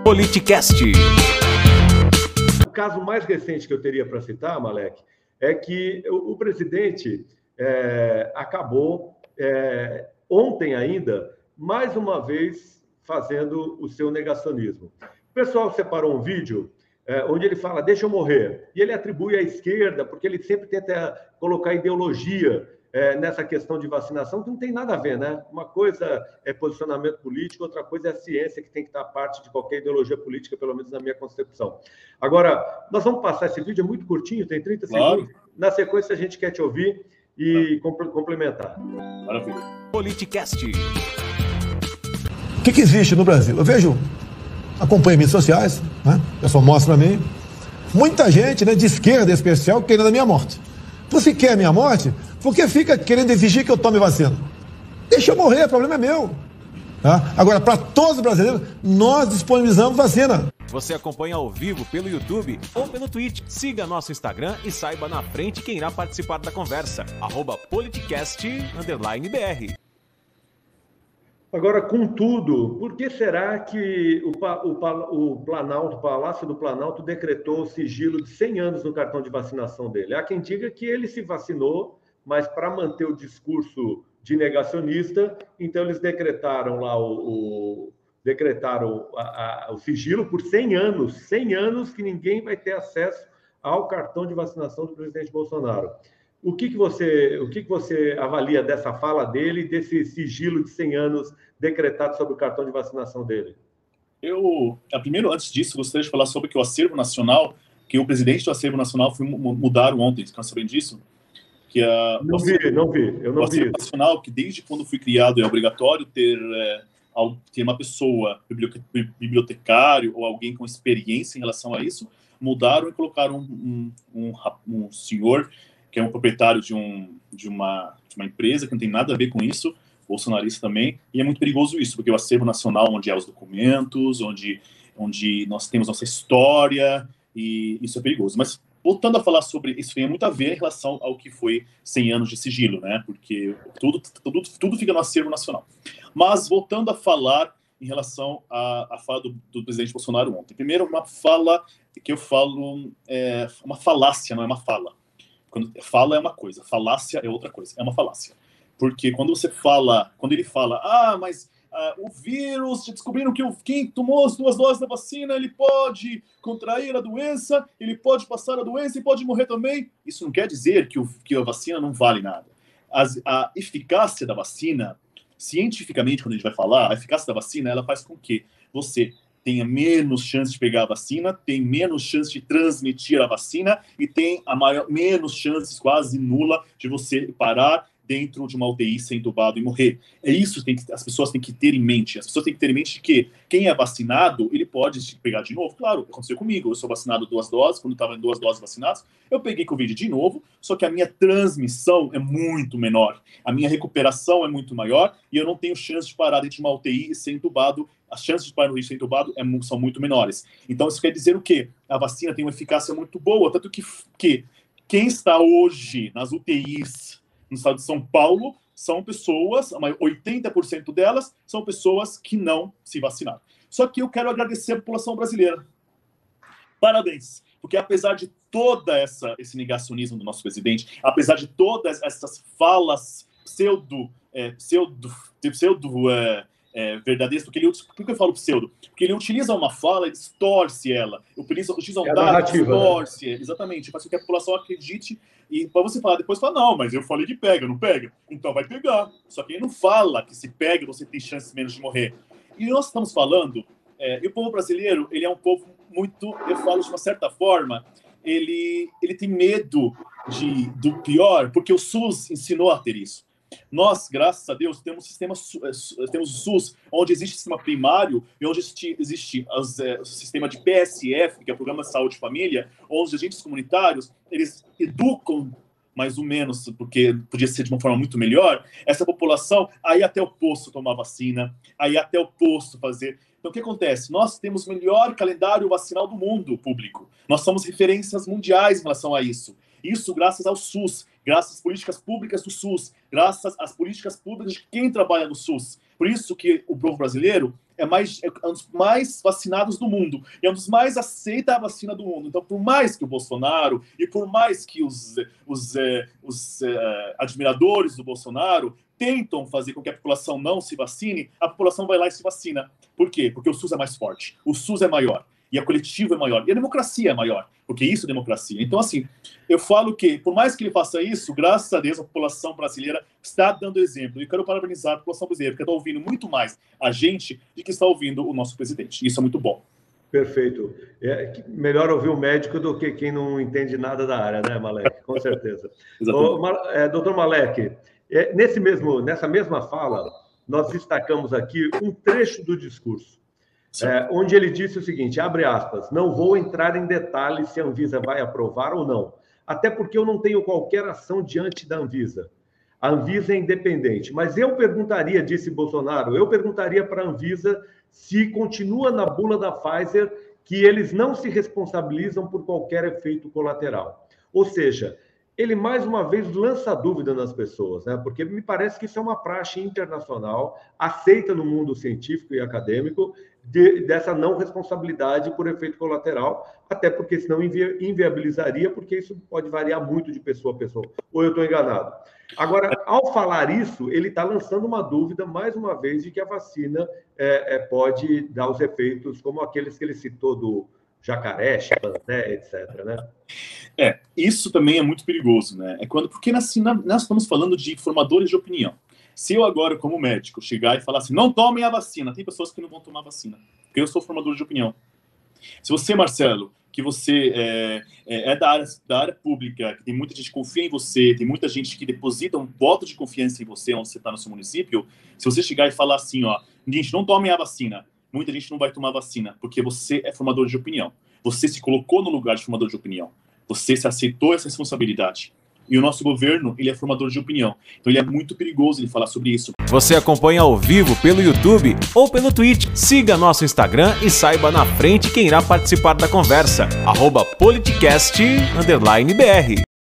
Politicast. O caso mais recente que eu teria para citar, Malek, é que o presidente acabou, ontem ainda, mais uma vez, fazendo o seu negacionismo. O pessoal separou um vídeo onde ele fala, deixa eu morrer. E ele atribui à esquerda, porque ele sempre tenta colocar ideologia nessa questão de vacinação, que não tem nada a ver, né? Uma coisa é posicionamento político, outra coisa é a ciência, que tem que estar parte de qualquer ideologia política, pelo menos na minha concepção. Agora, nós vamos passar esse vídeo, é muito curtinho, tem 30 segundos. Na sequência, a gente quer te ouvir e complementar. Maravilha. Politicast. O que existe no Brasil? Eu vejo, acompanho mídias sociais, né? O pessoal mostra para mim, muita gente, né, de esquerda em especial, querendo a minha morte. Você quer a minha morte? Por que fica querendo exigir que eu tome vacina? Deixa eu morrer, o problema é meu. Tá? Agora, para todos os brasileiros, nós disponibilizamos vacina. Você acompanha ao vivo pelo YouTube ou pelo Twitch. Siga nosso Instagram e saiba na frente quem irá participar da conversa. @politicast_br. Agora, contudo, por que será que o Planalto, o Palácio do Planalto decretou o sigilo de 100 anos no cartão de vacinação dele? Há quem diga que ele se vacinou, mas para manter o discurso de negacionista, então eles decretaram lá o sigilo por 100 anos que ninguém vai ter acesso ao cartão de vacinação do presidente Bolsonaro. O que você avalia dessa fala dele, desse sigilo de 100 anos decretado sobre o cartão de vacinação dele? Primeiro, antes disso, gostaria de falar sobre que o Acervo Nacional, que o presidente do Acervo Nacional mudaram ontem, vocês estão sabendo disso? Não vi. O Acervo Nacional, que desde quando foi criado é obrigatório ter uma pessoa, bibliotecário ou alguém com experiência em relação a isso, mudaram e colocaram um senhor que é um proprietário de uma empresa que não tem nada a ver com isso, bolsonarista também, e é muito perigoso isso, porque o Acervo Nacional, onde há os documentos, onde nós temos nossa história, e isso é perigoso. Mas, voltando a falar sobre isso, tem muito a ver em relação ao que foi 100 anos de sigilo, né? Porque tudo fica no Acervo Nacional. Mas, voltando a falar em relação à fala do presidente Bolsonaro ontem. Primeiro, uma fala que eu falo, uma falácia, não é uma fala. Quando fala é uma coisa, falácia é outra coisa, é uma falácia. Porque quando ele fala, mas o vírus, descobriram que quem tomou as 2 doses da vacina, ele pode contrair a doença, ele pode passar a doença e pode morrer também. Isso não quer dizer que a vacina não vale nada. A eficácia da vacina, cientificamente, quando a gente vai falar, a eficácia da vacina, ela faz com que você tenha menos chance de pegar a vacina, tem menos chance de transmitir a vacina e tem menos chances, quase nula, de você parar dentro de uma UTI, ser entubado e morrer. É isso que as pessoas têm que ter em mente. As pessoas têm que ter em mente que quem é vacinado, ele pode pegar de novo. Claro, aconteceu comigo. Eu sou vacinado 2 doses, quando estava em 2 doses vacinadas, eu peguei Covid de novo, só que a minha transmissão é muito menor. A minha recuperação é muito maior e eu não tenho chance de parar dentro de uma UTI e ser entubado. As chances de parar no ser entubado são muito menores. Então, isso quer dizer o quê? A vacina tem uma eficácia muito boa, tanto que quem está hoje nas UTIs no estado de São Paulo são pessoas, 80% delas são pessoas que não se vacinaram. Só que eu quero agradecer a população brasileira. Parabéns, porque apesar de toda esse negacionismo do nosso presidente, apesar de todas essas falas verdadeiras, porque por que eu falo pseudo? Porque ele utiliza uma fala e distorce ela. Utiliza um dado, distorce. Né? Exatamente, faz com que a população acredite. E para você falar depois, não, mas eu falei que pega, não pega? Então vai pegar. Só que ele não fala que se pega, você tem chances menos de morrer. E nós estamos falando, e o povo brasileiro, ele é um povo muito, eu falo de uma certa forma, ele tem medo do pior, porque o SUS ensinou a ter isso. Nós, graças a Deus, temos o SUS, onde existe o sistema primário e onde existe o sistema de PSF, que é o Programa de Saúde e Família, onde os agentes comunitários, eles educam, mais ou menos, porque podia ser de uma forma muito melhor, essa população a ir até o posto tomar vacina, a ir até o posto fazer. Então, o que acontece? Nós temos o melhor calendário vacinal do mundo público. Nós somos referências mundiais em relação a isso. Isso graças ao SUS, graças às políticas públicas do SUS, graças às políticas públicas de quem trabalha no SUS. Por isso que o povo brasileiro é um dos mais vacinados do mundo, e é um dos mais aceita a vacina do mundo. Então, por mais que o Bolsonaro, e por mais que os admiradores do Bolsonaro tentam fazer com que a população não se vacine, a população vai lá e se vacina. Por quê? Porque o SUS é mais forte, o SUS é maior, e a coletiva é maior, e a democracia é maior, porque isso é democracia. Então, assim, eu falo que, por mais que ele faça isso, graças a Deus, a população brasileira está dando exemplo. E quero parabenizar a população brasileira, porque está ouvindo muito mais a gente do que está ouvindo o nosso presidente. Isso é muito bom. Perfeito. Melhor ouvir o médico do que quem não entende nada da área, né, Malek? Com certeza. Doutor Malek, nessa mesma fala, nós destacamos aqui um trecho do discurso, onde ele disse o seguinte, abre aspas, não vou entrar em detalhes se a Anvisa vai aprovar ou não, até porque eu não tenho qualquer ação diante da Anvisa. A Anvisa é independente. Mas eu perguntaria, disse Bolsonaro, eu perguntaria para a Anvisa se continua na bula da Pfizer que eles não se responsabilizam por qualquer efeito colateral. Ou seja, ele mais uma vez lança dúvida nas pessoas, né? Porque me parece que isso é uma praxe internacional, aceita no mundo científico e acadêmico, dessa não responsabilidade por efeito colateral, até porque senão inviabilizaria, porque isso pode variar muito de pessoa a pessoa. Ou eu estou enganado? Agora, ao falar isso, ele está lançando uma dúvida, mais uma vez, de que a vacina pode dar os efeitos como aqueles que ele citou do jacaré, chimpanzé, etc., né? Isso também é muito perigoso, né? Porque assim, nós estamos falando de formadores de opinião. Se eu agora, como médico, chegar e falar assim, não tomem a vacina, tem pessoas que não vão tomar vacina, porque eu sou formador de opinião. Se você, Marcelo, que você é da área pública, que tem muita gente que confia em você, tem muita gente que deposita um voto de confiança em você, onde você está no seu município, se você chegar e falar assim, ó, gente, não tomem a vacina, muita gente não vai tomar vacina, porque você é formador de opinião. Você se colocou no lugar de formador de opinião. Você se aceitou essa responsabilidade. E o nosso governo, ele é formador de opinião. Então ele é muito perigoso ele falar sobre isso. Você acompanha ao vivo pelo YouTube ou pelo Twitch. Siga nosso Instagram e saiba na frente quem irá participar da conversa. @politicast_br